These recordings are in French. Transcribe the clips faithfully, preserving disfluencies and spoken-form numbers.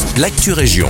l'actu région.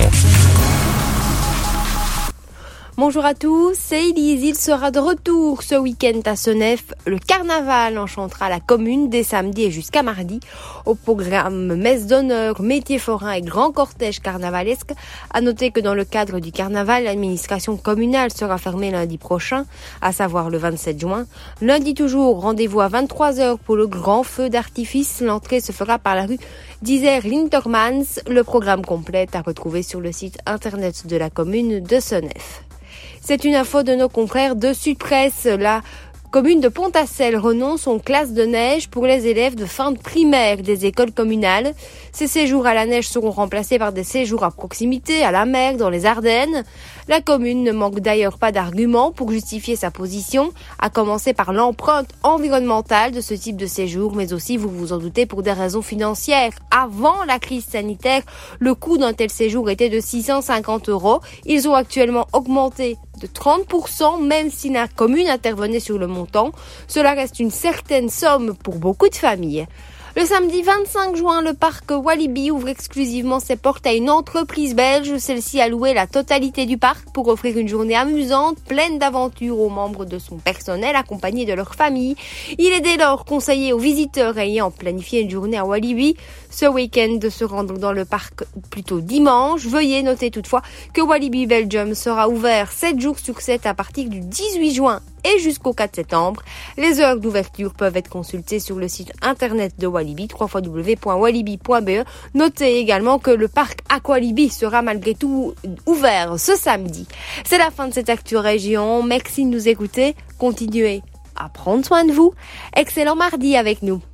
Bonjour à tous, c'est Elise. Il sera de retour ce week-end à Senef. Le carnaval enchantera la commune dès samedi et jusqu'à mardi. Au programme messe d'honneur, métiers forains et grand cortège carnavalesque. À noter que dans le cadre du carnaval, l'administration communale sera fermée lundi prochain, à savoir le vingt-sept juin. Lundi toujours, rendez-vous à vingt-trois heures pour le grand feu d'artifice. L'entrée se fera par la rue d'Isère-Lintermans. Le programme complet à retrouver sur le site internet de la commune de Senef. C'est une info de nos confrères de Sud Presse. La commune de Pontassel renonce aux classes de neige pour les élèves de fin de primaire des écoles communales. Ces séjours à la neige seront remplacés par des séjours à proximité, à la mer, dans les Ardennes. La commune ne manque d'ailleurs pas d'arguments pour justifier sa position, à commencer par l'empreinte environnementale de ce type de séjour, mais aussi, vous vous en doutez, pour des raisons financières. Avant la crise sanitaire, le coût d'un tel séjour était de six cent cinquante euros. Ils ont actuellement augmenté de trente pour cent, même si la commune intervenait sur le montant. Cela reste une certaine somme pour beaucoup de familles. Le samedi vingt-cinq juin, le parc Walibi ouvre exclusivement ses portes à une entreprise belge. Celle-ci a loué la totalité du parc pour offrir une journée amusante, pleine d'aventures aux membres de son personnel accompagnés de leur famille. Il est dès lors conseillé aux visiteurs ayant planifié une journée à Walibi ce week-end de se rendre dans le parc plutôt dimanche. Veuillez noter toutefois que Walibi Belgium sera ouvert sept jours sur sept à partir du dix-huit juin et jusqu'au quatre septembre. Les heures d'ouverture peuvent être consultées sur le site internet de Walibi, w w w point walibi point b e. Notez également que le parc Aqualibi sera malgré tout ouvert ce samedi. C'est la fin de cette Actu Région. Merci de nous écouter. Continuez à prendre soin de vous. Excellent mardi avec nous.